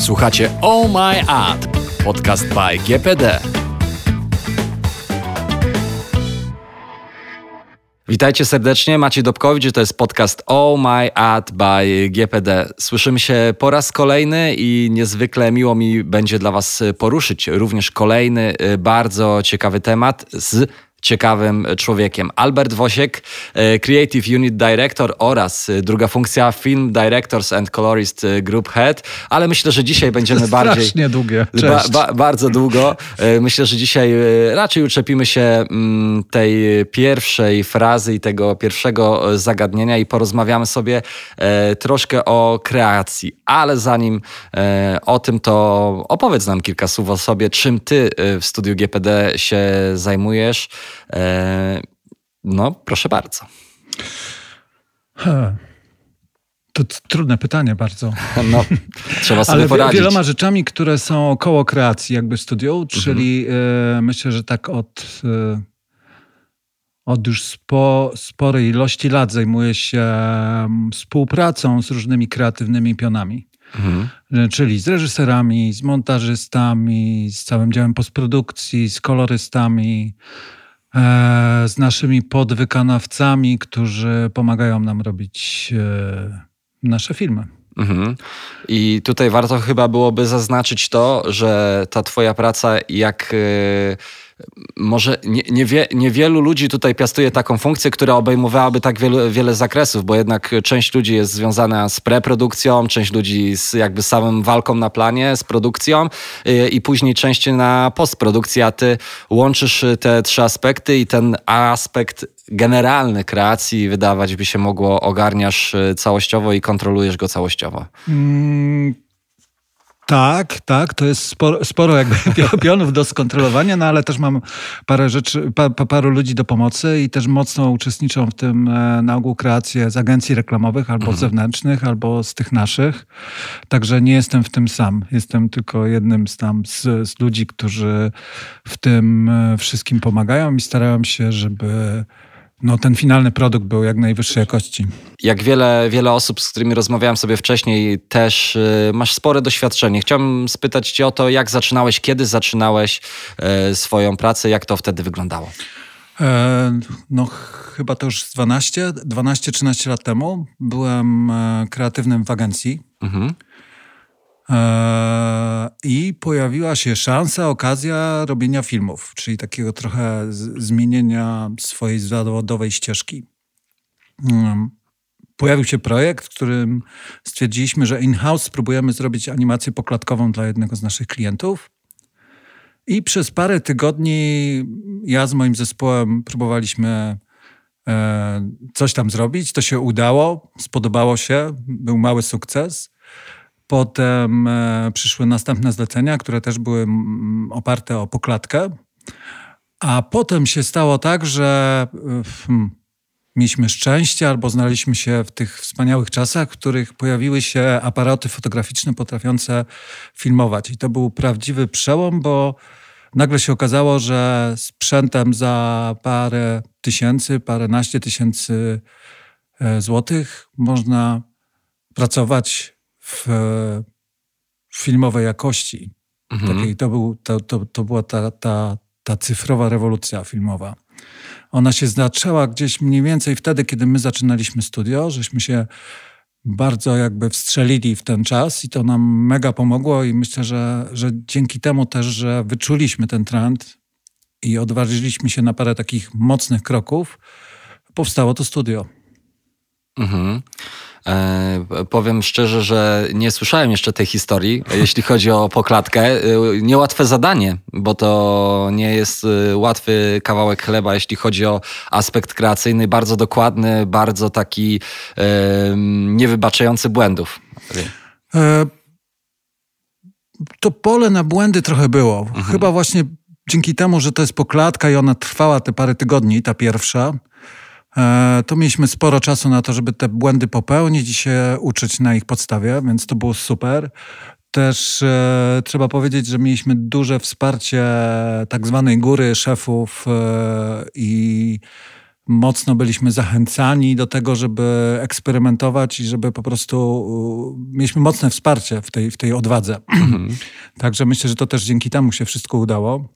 Słuchacie Oh My Ad, podcast by GPD. Witajcie serdecznie, Maciej Dobkowicz, to jest podcast Oh My Ad by GPD. Słyszymy się po raz kolejny i niezwykle miło mi będzie dla Was poruszyć również kolejny bardzo ciekawy temat z ciekawym człowiekiem. Albert Wosiek, Creative Unit Director oraz druga funkcja Film Directors and Colorist Group Head, ale myślę, że dzisiaj będziemy strasznie długie. Bardzo długo. Myślę, że dzisiaj raczej uczepimy się tej pierwszej frazy i tego pierwszego zagadnienia i porozmawiamy sobie troszkę o kreacji. Ale zanim o tym, to opowiedz nam kilka słów o sobie, czym ty w studiu GPD się zajmujesz. No, proszę bardzo. To trudne pytanie bardzo. No, trzeba sobie poradzić. Ale wieloma rzeczami, które są około kreacji jakby studium, czyli myślę, że tak od już sporej ilości lat zajmuję się współpracą z różnymi kreatywnymi pionami. Czyli z reżyserami, z montażystami, z całym działem postprodukcji, z kolorystami, z naszymi podwykonawcami, którzy pomagają nam robić nasze filmy. I tutaj warto chyba byłoby zaznaczyć to, że ta twoja praca może niewielu ludzi tutaj piastuje taką funkcję, która obejmowałaby tak wiele zakresów, bo jednak część ludzi jest związana z preprodukcją, część ludzi z jakby samą walką na planie, z produkcją i później część na postprodukcji, a ty łączysz te trzy aspekty i ten aspekt generalny kreacji, wydawać by się mogło, ogarniasz całościowo i kontrolujesz go całościowo. Tak, to jest sporo jakby pionów do skontrolowania, no ale też mam parę rzeczy, paru ludzi do pomocy i też mocno uczestniczą w tym na ogół kreacje z agencji reklamowych albo zewnętrznych, albo z tych naszych. Także nie jestem w tym sam. Jestem tylko jednym z ludzi, którzy w tym wszystkim pomagają i starają się, żeby ten finalny produkt był jak najwyższej jakości. Jak wiele osób, z którymi rozmawiałem sobie wcześniej, też masz spore doświadczenie. Chciałbym spytać cię o to, jak zaczynałeś, kiedy zaczynałeś swoją pracę, jak to wtedy wyglądało? Chyba to już 12-13 lat temu. Byłem kreatywnym w agencji. I pojawiła się szansa, okazja robienia filmów, czyli takiego trochę zmienienia swojej zawodowej ścieżki. Pojawił się projekt, w którym stwierdziliśmy, że in-house spróbujemy zrobić animację poklatkową dla jednego z naszych klientów. I przez parę tygodni ja z moim zespołem próbowaliśmy coś tam zrobić. To się udało, spodobało się, był mały sukces. Potem przyszły następne zlecenia, które też były oparte o poklatkę. A potem się stało tak, że mieliśmy szczęście albo znaleźliśmy się w tych wspaniałych czasach, w których pojawiły się aparaty fotograficzne potrafiące filmować. I to był prawdziwy przełom, bo nagle się okazało, że sprzętem za paręnaście tysięcy złotych można pracować w filmowej jakości. Takiej, to była ta cyfrowa rewolucja filmowa. Ona się zaczęła gdzieś mniej więcej wtedy, kiedy my zaczynaliśmy studio, żeśmy się bardzo jakby wstrzelili w ten czas i to nam mega pomogło i myślę, że dzięki temu też, że wyczuliśmy ten trend i odważyliśmy się na parę takich mocnych kroków, powstało to studio. Powiem szczerze, że nie słyszałem jeszcze tej historii, jeśli chodzi o poklatkę. Niełatwe zadanie, bo to nie jest łatwy kawałek chleba, jeśli chodzi o aspekt kreacyjny, bardzo dokładny, bardzo taki niewybaczający błędów. To pole na błędy trochę było. Chyba właśnie dzięki temu, że to jest poklatka i ona trwała te parę tygodni, ta pierwsza, to mieliśmy sporo czasu na to, żeby te błędy popełnić i się uczyć na ich podstawie, więc to było super. Też trzeba powiedzieć, że mieliśmy duże wsparcie tak zwanej góry szefów i mocno byliśmy zachęcani do tego, żeby eksperymentować i żeby po prostu mieliśmy mocne wsparcie w tej odwadze. Także myślę, że to też dzięki temu się wszystko udało.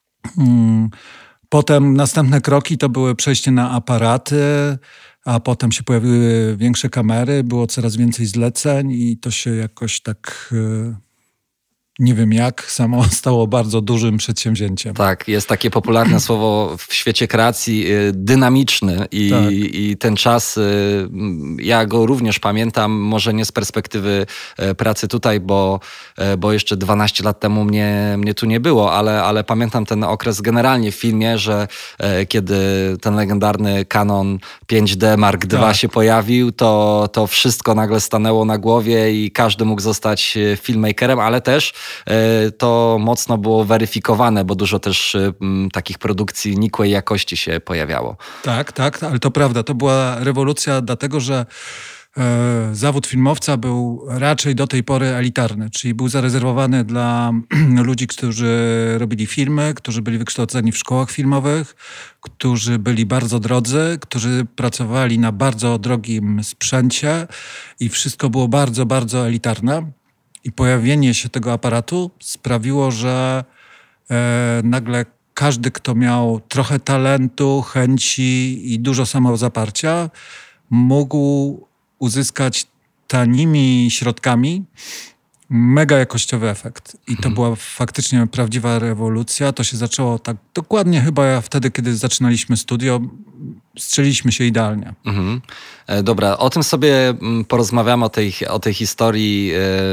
Potem następne kroki to były przejście na aparaty, a potem się pojawiły większe kamery, było coraz więcej zleceń i to się jakoś tak... nie wiem jak, samo stało bardzo dużym przedsięwzięciem. Tak, jest takie popularne słowo w świecie kreacji, dynamiczny i ten czas, ja go również pamiętam, może nie z perspektywy pracy tutaj, bo jeszcze 12 lat temu mnie tu nie było, ale pamiętam ten okres generalnie w filmie, że kiedy ten legendarny Canon 5D Mark II się pojawił, to wszystko nagle stanęło na głowie i każdy mógł zostać filmmakerem, ale też to mocno było weryfikowane, bo dużo też takich produkcji nikłej jakości się pojawiało. Tak, ale to prawda. To była rewolucja dlatego, że zawód filmowca był raczej do tej pory elitarny, czyli był zarezerwowany dla ludzi, którzy robili filmy, którzy byli wykształceni w szkołach filmowych, którzy byli bardzo drodzy, którzy pracowali na bardzo drogim sprzęcie i wszystko było bardzo, bardzo elitarne. I pojawienie się tego aparatu sprawiło, że nagle każdy, kto miał trochę talentu, chęci i dużo samozaparcia, mógł uzyskać tanimi środkami mega jakościowy efekt. I to była faktycznie prawdziwa rewolucja. To się zaczęło tak dokładnie chyba wtedy, kiedy zaczynaliśmy studio. Strzeliliśmy się idealnie. Dobra, o tym sobie porozmawiamy, o tej historii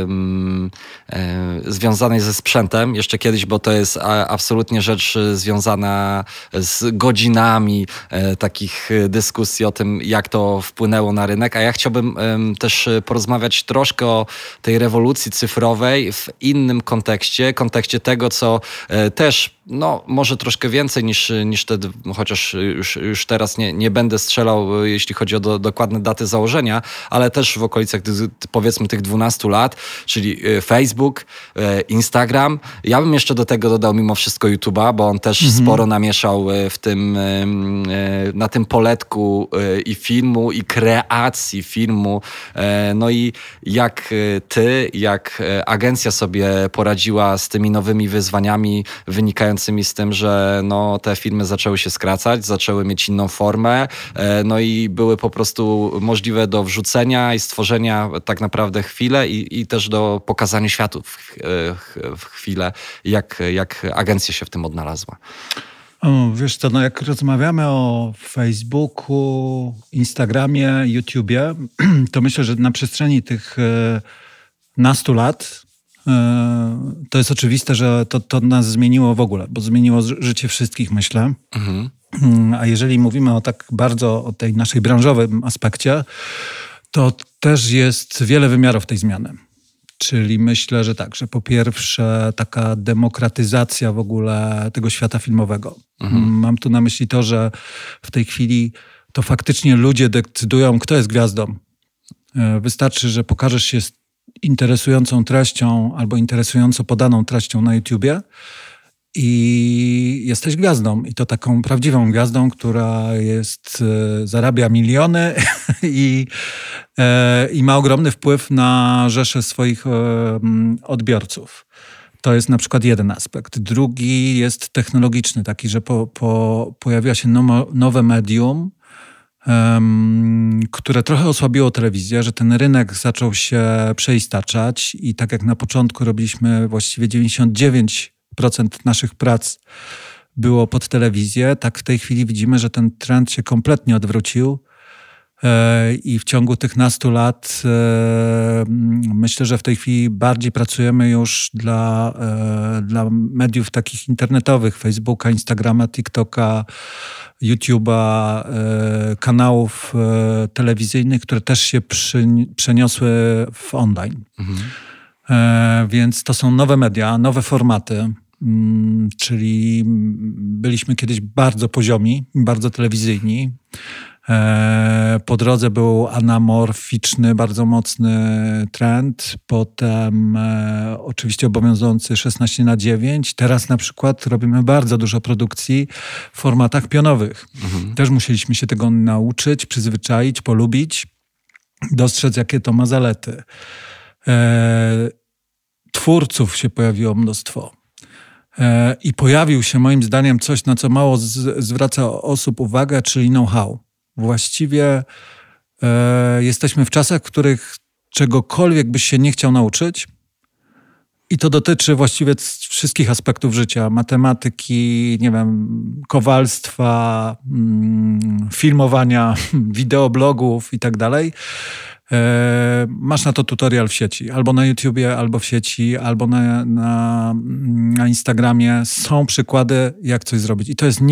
związanej ze sprzętem jeszcze kiedyś, bo to jest absolutnie rzecz związana z godzinami takich dyskusji o tym, jak to wpłynęło na rynek. A ja chciałbym też porozmawiać troszkę o tej rewolucji cyfrowej w innym kontekście tego, co też może troszkę więcej niż te, chociaż już teraz nie będę strzelał, jeśli chodzi o dokładne daty założenia, ale też w okolicach powiedzmy tych 12 lat, czyli Facebook, Instagram. Ja bym jeszcze do tego dodał mimo wszystko YouTube'a, bo on też sporo namieszał w tym, na tym poletku i filmu, i kreacji filmu. No i jak jak agencja sobie poradziła z tymi nowymi wyzwaniami wynikającymi z tym, że te filmy zaczęły się skracać, zaczęły mieć inną formę, i były po prostu możliwe do wrzucenia i stworzenia tak naprawdę chwilę i też do pokazania światu w chwilę, jak agencja się w tym odnalazła. Wiesz co, jak rozmawiamy o Facebooku, Instagramie, YouTubie, to myślę, że na przestrzeni tych nastu lat to jest oczywiste, że to nas zmieniło w ogóle, bo zmieniło życie wszystkich, myślę. A jeżeli mówimy tak bardzo o tej naszej branżowym aspekcie, to też jest wiele wymiarów tej zmiany. Czyli myślę, że tak, że po pierwsze taka demokratyzacja w ogóle tego świata filmowego. Mam tu na myśli to, że w tej chwili to faktycznie ludzie decydują, kto jest gwiazdą. Wystarczy, że pokażesz się z interesującą treścią albo interesująco podaną treścią na YouTubie i jesteś gwiazdą. I to taką prawdziwą gwiazdą, która zarabia miliony i ma ogromny wpływ na rzeszę swoich odbiorców. To jest na przykład jeden aspekt. Drugi jest technologiczny, taki, że pojawiło się nowe medium, które trochę osłabiło telewizję, że ten rynek zaczął się przeistaczać i tak jak na początku robiliśmy właściwie 99% naszych prac było pod telewizję, tak w tej chwili widzimy, że ten trend się kompletnie odwrócił i w ciągu tych nastu lat myślę, że w tej chwili bardziej pracujemy już dla mediów takich internetowych, Facebooka, Instagrama, TikToka, YouTube'a, kanałów telewizyjnych, które też się przeniosły w online. Więc to są nowe media, nowe formaty, czyli byliśmy kiedyś bardzo poziomi, bardzo telewizyjni. Po drodze był anamorficzny, bardzo mocny trend. Potem oczywiście obowiązujący 16:9. Teraz na przykład robimy bardzo dużo produkcji w formatach pionowych. Też musieliśmy się tego nauczyć, przyzwyczaić, polubić, dostrzec, jakie to ma zalety. Twórców się pojawiło mnóstwo. I pojawił się moim zdaniem coś, na co mało zwraca osób uwagę, czyli know-how. Właściwie jesteśmy w czasach, w których czegokolwiek byś się nie chciał nauczyć, i to dotyczy właściwie wszystkich aspektów życia. Matematyki, nie wiem, kowalstwa, filmowania, wideoblogów i tak dalej. Masz na to tutorial w sieci. Albo na YouTubie, albo w sieci, albo na Instagramie. Są przykłady, jak coś zrobić. I to jest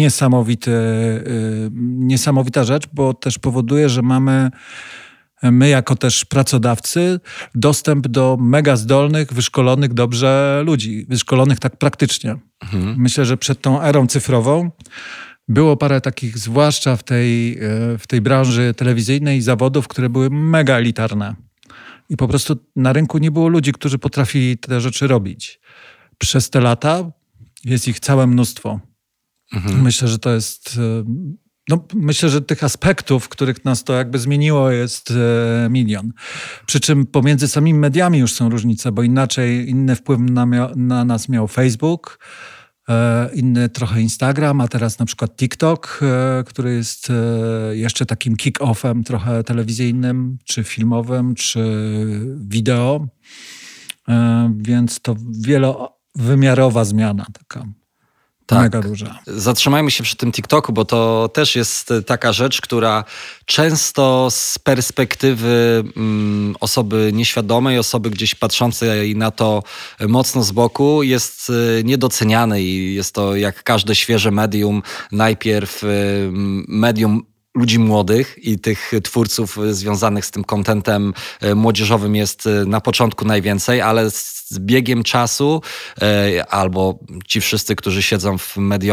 niesamowita rzecz, bo też powoduje, że mamy my jako też pracodawcy dostęp do mega zdolnych, wyszkolonych dobrze ludzi. Wyszkolonych tak praktycznie. Myślę, że przed tą erą cyfrową było parę takich, zwłaszcza w tej branży telewizyjnej, zawodów, które były mega elitarne. I po prostu na rynku nie było ludzi, którzy potrafili te rzeczy robić. Przez te lata jest ich całe mnóstwo. Myślę, że to jest... myślę, że tych aspektów, których nas to jakby zmieniło, jest milion. Przy czym pomiędzy samymi mediami już są różnice, bo inny wpływ na nas miał Facebook, inny trochę Instagram, a teraz na przykład TikTok, który jest jeszcze takim kick-offem trochę telewizyjnym, czy filmowym, czy wideo. Więc to wielowymiarowa zmiana taka. Tak. Mega duża. Zatrzymajmy się przy tym TikToku, bo to też jest taka rzecz, która często z perspektywy osoby nieświadomej, osoby gdzieś patrzącej na to mocno z boku jest niedoceniane i jest to jak każde świeże medium, najpierw medium ludzi młodych i tych twórców związanych z tym contentem młodzieżowym jest na początku najwięcej, ale z biegiem czasu albo ci wszyscy, którzy siedzą w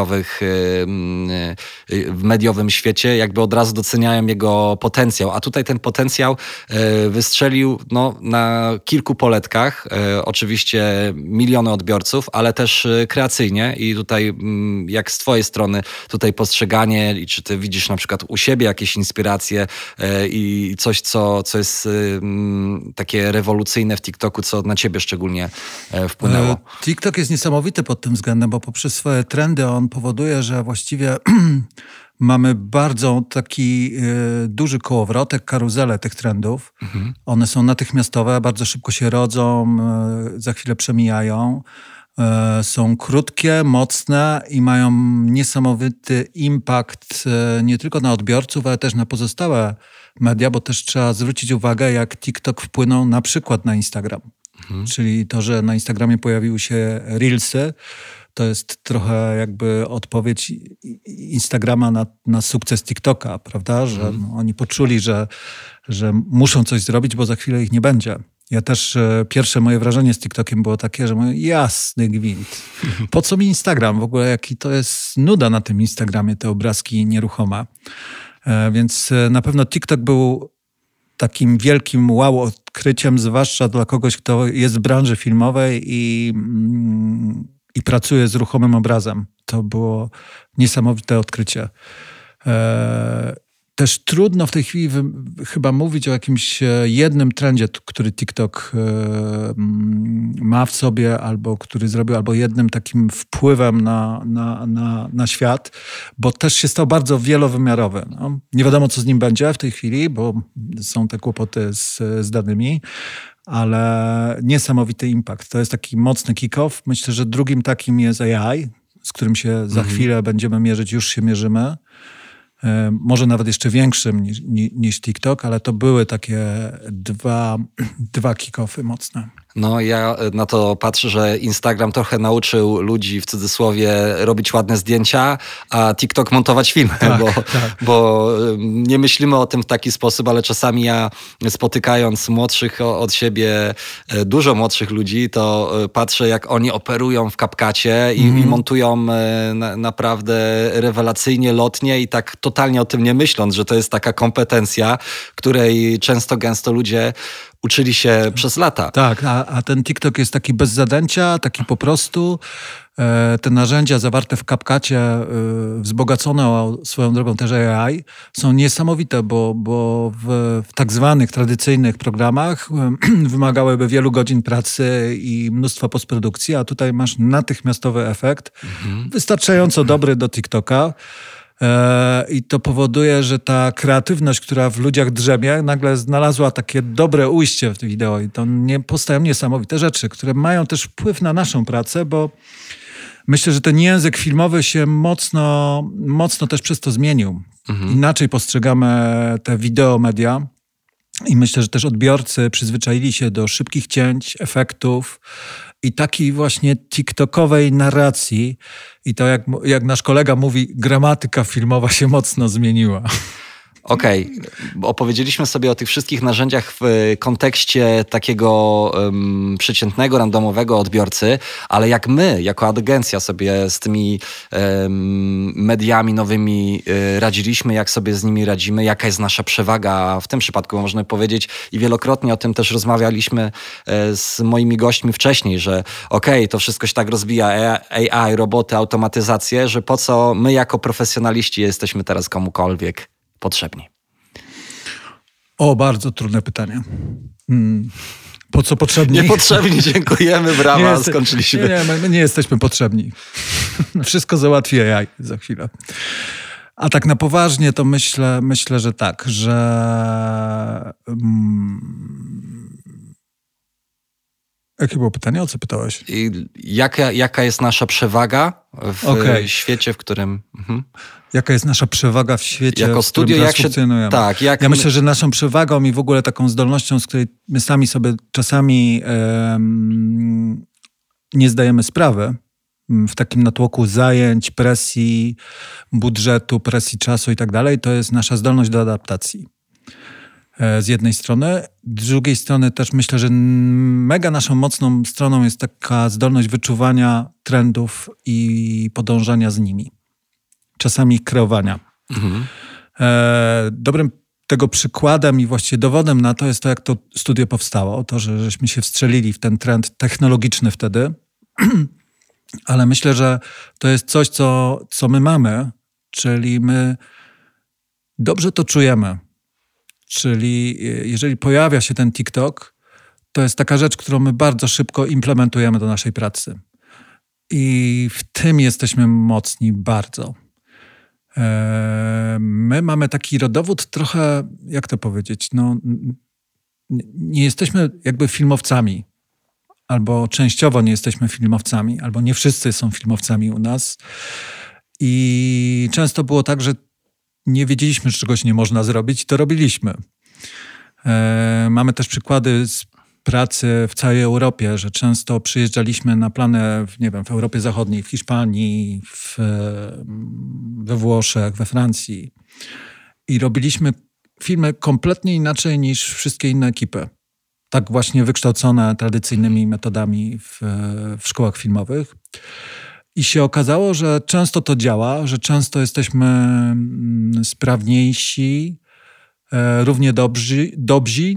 mediowym świecie, jakby od razu doceniają jego potencjał. A tutaj ten potencjał wystrzelił na kilku poletkach. Oczywiście miliony odbiorców, ale też kreacyjnie i tutaj jak z twojej strony tutaj postrzeganie i czy ty widzisz na przykład u siebie jakieś inspiracje i coś, co jest takie rewolucyjne w TikToku, co na ciebie szczególnie wpłynęło? TikTok jest niesamowity pod tym względem, bo poprzez swoje trendy on powoduje, że właściwie mamy bardzo taki duży kołowrotek, karuzelę tych trendów. One są natychmiastowe, bardzo szybko się rodzą, za chwilę przemijają. Są krótkie, mocne i mają niesamowity impact nie tylko na odbiorców, ale też na pozostałe media, bo też trzeba zwrócić uwagę, jak TikTok wpłynął na przykład na Instagram. Czyli to, że na Instagramie pojawiły się Reelsy, to jest trochę jakby odpowiedź Instagrama na sukces TikToka, prawda? Że oni poczuli, że muszą coś zrobić, bo za chwilę ich nie będzie. Ja też, pierwsze moje wrażenie z TikTokiem było takie, że mówię, jasny gwint. Po co mi Instagram? W ogóle jaki to jest nuda na tym Instagramie, te obrazki nieruchome. Więc na pewno TikTok był takim wielkim wow odkryciem, zwłaszcza dla kogoś, kto jest w branży filmowej i pracuje z ruchomym obrazem. To było niesamowite odkrycie. Też trudno w tej chwili chyba mówić o jakimś jednym trendzie, który TikTok ma w sobie, albo który zrobił, albo jednym takim wpływem na świat, bo też się stał bardzo wielowymiarowy. No. Nie wiadomo, co z nim będzie w tej chwili, bo są te kłopoty z danymi, ale niesamowity impact. To jest taki mocny kick-off. Myślę, że drugim takim jest AI, z którym się za chwilę będziemy mierzyć, już się mierzymy. Może nawet jeszcze większym niż TikTok, ale to były takie dwa kick-offy mocne. No ja na to patrzę, że Instagram trochę nauczył ludzi, w cudzysłowie, robić ładne zdjęcia, a TikTok montować filmy, bo nie myślimy o tym w taki sposób, ale czasami ja spotykając młodszych od siebie, dużo młodszych ludzi, to patrzę, jak oni operują w CapCutie i montują naprawdę rewelacyjnie, lotnie i tak totalnie o tym nie myśląc, że to jest taka kompetencja, której często, gęsto ludzie uczyli się przez lata. Tak, a ten TikTok jest taki bez zadęcia, taki po prostu. Te narzędzia zawarte w CapCutie, wzbogacone o swoją drogą też AI, są niesamowite, bo w tak zwanych tradycyjnych programach wymagałyby wielu godzin pracy i mnóstwa postprodukcji, a tutaj masz natychmiastowy efekt, wystarczająco dobry do TikToka. I to powoduje, że ta kreatywność, która w ludziach drzemie, nagle znalazła takie dobre ujście w tym wideo i to powstają niesamowite rzeczy, które mają też wpływ na naszą pracę, bo myślę, że ten język filmowy się mocno też przez to zmienił. Inaczej postrzegamy te wideomedia i myślę, że też odbiorcy przyzwyczaili się do szybkich cięć, efektów i takiej właśnie tiktokowej narracji. I to jak nasz kolega mówi, gramatyka filmowa się mocno zmieniła. Okej, opowiedzieliśmy sobie o tych wszystkich narzędziach w kontekście takiego przeciętnego, randomowego odbiorcy, ale jak my, jako agencja sobie z tymi mediami nowymi radziliśmy, jak sobie z nimi radzimy, jaka jest nasza przewaga w tym przypadku, można powiedzieć i wielokrotnie o tym też rozmawialiśmy z moimi gośćmi wcześniej, że to wszystko się tak rozwija, AI, roboty, automatyzację, że po co my jako profesjonaliści jesteśmy teraz komukolwiek potrzebni? Bardzo trudne pytanie. Po co potrzebni? Niepotrzebni, dziękujemy, brawa, skończyliśmy. My nie jesteśmy potrzebni. Wszystko załatwi AI za chwilę. A tak na poważnie to myślę, że tak, że jakie było pytanie? O co pytałeś? Jaka jest nasza przewaga w świecie, w którym... Jaka jest nasza przewaga w świecie, jako w którym teraz funkcjonujemy? Tak, ja myślę, że naszą przewagą i w ogóle taką zdolnością, z której my sami sobie czasami nie zdajemy sprawy, w takim natłoku zajęć, presji, budżetu, presji czasu i tak dalej, to jest nasza zdolność do adaptacji. Z jednej strony. Z drugiej strony też myślę, że mega naszą mocną stroną jest taka zdolność wyczuwania trendów i podążania z nimi. Czasami ich kreowania. Dobrym tego przykładem i właściwie dowodem na to jest to, jak to studio powstało. To, że żeśmy się wstrzelili w ten trend technologiczny wtedy. Ale myślę, że to jest coś, co my mamy, czyli my dobrze to czujemy. Czyli jeżeli pojawia się ten TikTok, to jest taka rzecz, którą my bardzo szybko implementujemy do naszej pracy. I w tym jesteśmy mocni bardzo. My mamy taki rodowód trochę, jak to powiedzieć, nie jesteśmy jakby filmowcami, albo częściowo nie jesteśmy filmowcami, albo nie wszyscy są filmowcami u nas. I często było tak, że nie wiedzieliśmy, że czegoś nie można zrobić i to robiliśmy. Mamy też przykłady z pracy w całej Europie, że często przyjeżdżaliśmy na plany w Europie Zachodniej, w Hiszpanii, we Włoszech, we Francji i robiliśmy filmy kompletnie inaczej niż wszystkie inne ekipy. Tak właśnie wykształcone tradycyjnymi metodami w szkołach filmowych. I się okazało, że często to działa, że często jesteśmy sprawniejsi, równie dobrzy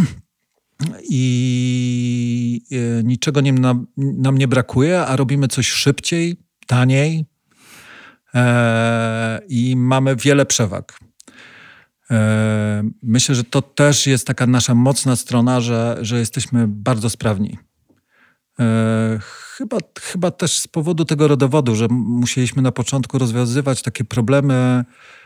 i niczego nam nie brakuje, a robimy coś szybciej, taniej i mamy wiele przewag. Myślę, że to też jest taka nasza mocna strona, że jesteśmy bardzo sprawni. Chyba też z powodu tego rodowodu, że musieliśmy na początku rozwiązywać takie problemy,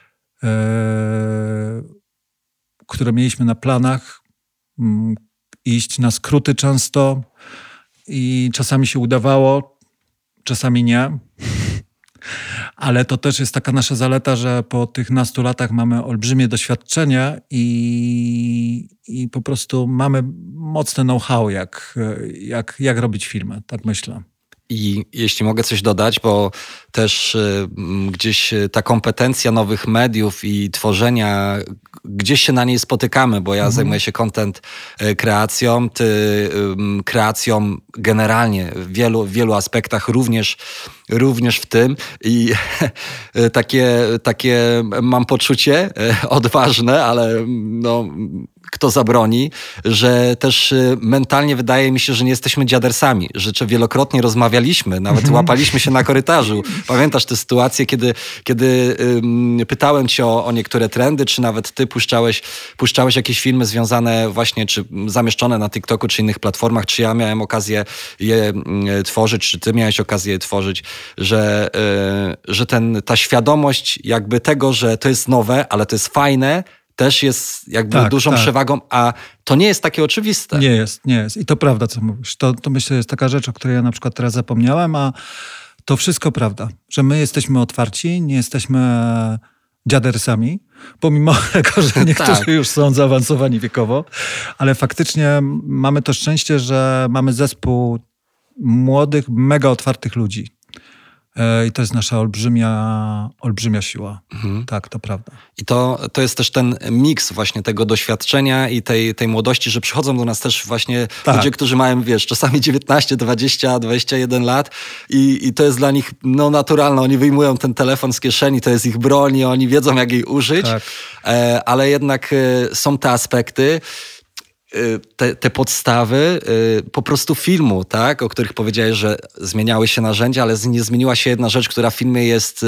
które mieliśmy na planach, iść na skróty często i czasami się udawało, czasami nie. Ale to też jest taka nasza zaleta, że po tych nastu latach mamy olbrzymie doświadczenie i po prostu mamy mocne know-how, jak robić filmy, tak myślę. I jeśli mogę coś dodać, bo też gdzieś ta kompetencja nowych mediów i tworzenia, gdzieś się na niej spotykamy, bo ja zajmuję się content kreacją, ty kreacją generalnie w wielu aspektach, również w tym. I takie mam poczucie odważne, ale no, kto zabroni, że też mentalnie wydaje mi się, że nie jesteśmy dziadersami, że wielokrotnie rozmawialiśmy, nawet łapaliśmy się na korytarzu. Pamiętasz te sytuacje, kiedy pytałem cię o niektóre trendy, czy nawet ty puszczałeś jakieś filmy związane właśnie, czy zamieszczone na TikToku, czy innych platformach, czy ja miałem okazję je tworzyć, czy ty miałeś okazję je tworzyć, że ta świadomość jakby tego, że to jest nowe, ale to jest fajne, też jest jakby dużą przewagą, a to nie jest takie oczywiste. Nie jest. I to prawda, co mówisz. To myślę, jest taka rzecz, o której ja na przykład teraz zapomniałem, a to wszystko prawda, że my jesteśmy otwarci, nie jesteśmy dziadersami, pomimo tego, że niektórzy już są zaawansowani wiekowo, ale faktycznie mamy to szczęście, że mamy zespół młodych, mega otwartych ludzi. I to jest nasza olbrzymia siła. Tak, to prawda. I to jest też ten miks właśnie tego doświadczenia i tej młodości, że przychodzą do nas też właśnie ludzie, którzy mają, czasami 19, 20, 21 lat i to jest dla nich naturalne. Oni wyjmują ten telefon z kieszeni, to jest ich broń i oni wiedzą, jak jej użyć, ale jednak są te aspekty, te podstawy po prostu filmu, tak, o których powiedziałeś, że zmieniały się narzędzia, ale nie zmieniła się jedna rzecz, która w filmie jest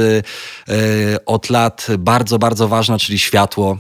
od lat bardzo, bardzo ważna, czyli światło,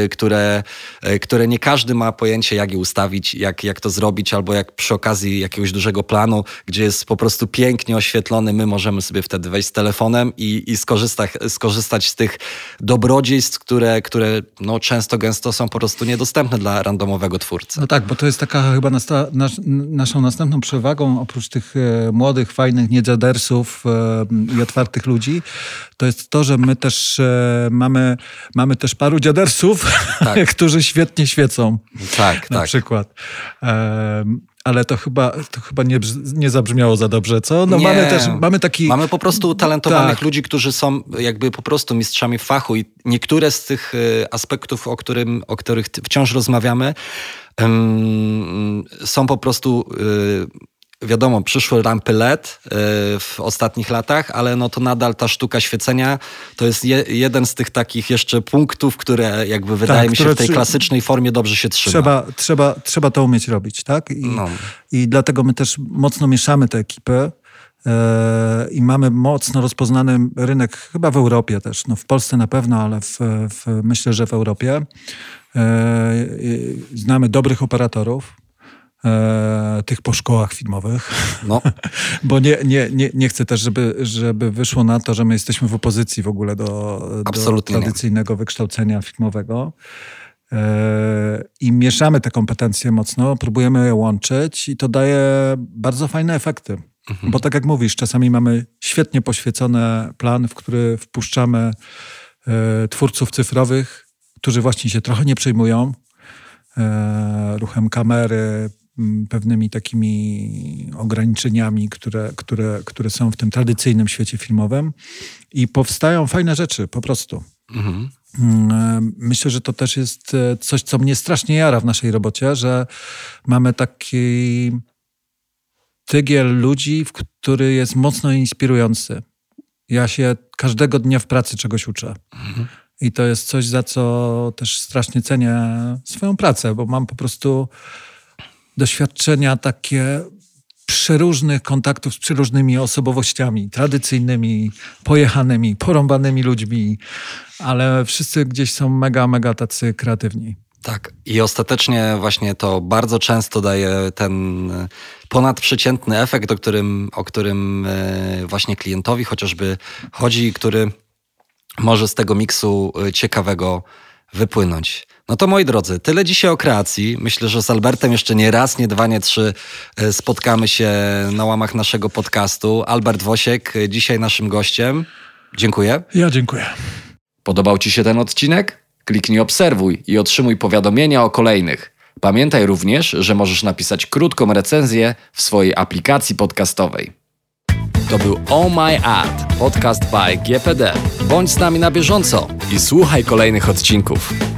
które nie każdy ma pojęcie, jak je ustawić, jak to zrobić, albo jak przy okazji jakiegoś dużego planu, gdzie jest po prostu pięknie oświetlony, my możemy sobie wtedy wejść z telefonem i skorzystać z tych dobrodziejstw, które często, gęsto są po prostu niedostępne dla randomowego twórcy. No tak, bo to jest taka chyba naszą następną przewagą, oprócz tych młodych, fajnych niedziadersów i otwartych ludzi, to jest to, że my też mamy też paru dziadersów, którzy świetnie świecą. Na przykład. Ale to chyba nie zabrzmiało za dobrze, co? No mamy po prostu utalentowanych ludzi, którzy są jakby po prostu mistrzami w fachu i niektóre z tych aspektów, o których wciąż rozmawiamy, są po prostu wiadomo, przyszły lampy LED w ostatnich latach, ale to nadal ta sztuka świecenia to jest jeden z tych takich jeszcze punktów, które jakby wydaje mi się w tej klasycznej formie dobrze się trzyma. Trzeba to umieć robić, tak? I dlatego my też mocno mieszamy te ekipy i mamy mocno rozpoznany rynek, chyba w Europie też. W Polsce na pewno, ale myślę, że w Europie. Znamy dobrych operatorów, tych po szkołach filmowych. Bo nie chcę też, żeby wyszło na to, że my jesteśmy w opozycji w ogóle do tradycyjnego wykształcenia filmowego. I mieszamy te kompetencje mocno, próbujemy je łączyć i to daje bardzo fajne efekty. Bo tak jak mówisz, czasami mamy świetnie poświecony plan, w który wpuszczamy twórców cyfrowych, którzy właśnie się trochę nie przejmują ruchem kamery, pewnymi takimi ograniczeniami, które są w tym tradycyjnym świecie filmowym i powstają fajne rzeczy po prostu. Myślę, że to też jest coś, co mnie strasznie jara w naszej robocie, że mamy taki tygiel ludzi, który jest mocno inspirujący. Ja się każdego dnia w pracy czegoś uczę. I to jest coś, za co też strasznie cenię swoją pracę, bo mam po prostu doświadczenia takie przeróżnych kontaktów z przeróżnymi osobowościami, tradycyjnymi, pojechanymi, porąbanymi ludźmi, ale wszyscy gdzieś są mega, mega tacy kreatywni. Tak. I ostatecznie właśnie to bardzo często daje ten ponadprzeciętny efekt, o którym właśnie klientowi chociażby chodzi, który może z tego miksu ciekawego wypłynąć. No to moi drodzy, tyle dzisiaj o kreacji. Myślę, że z Albertem jeszcze nie raz, nie dwa, nie trzy spotkamy się na łamach naszego podcastu. Albert Wosiek, dzisiaj naszym gościem. Dziękuję. Ja dziękuję. Podobał Ci się ten odcinek? Kliknij obserwuj i otrzymuj powiadomienia o kolejnych. Pamiętaj również, że możesz napisać krótką recenzję w swojej aplikacji podcastowej. To był Oh My Ad, podcast by GPD. Bądź z nami na bieżąco i słuchaj kolejnych odcinków.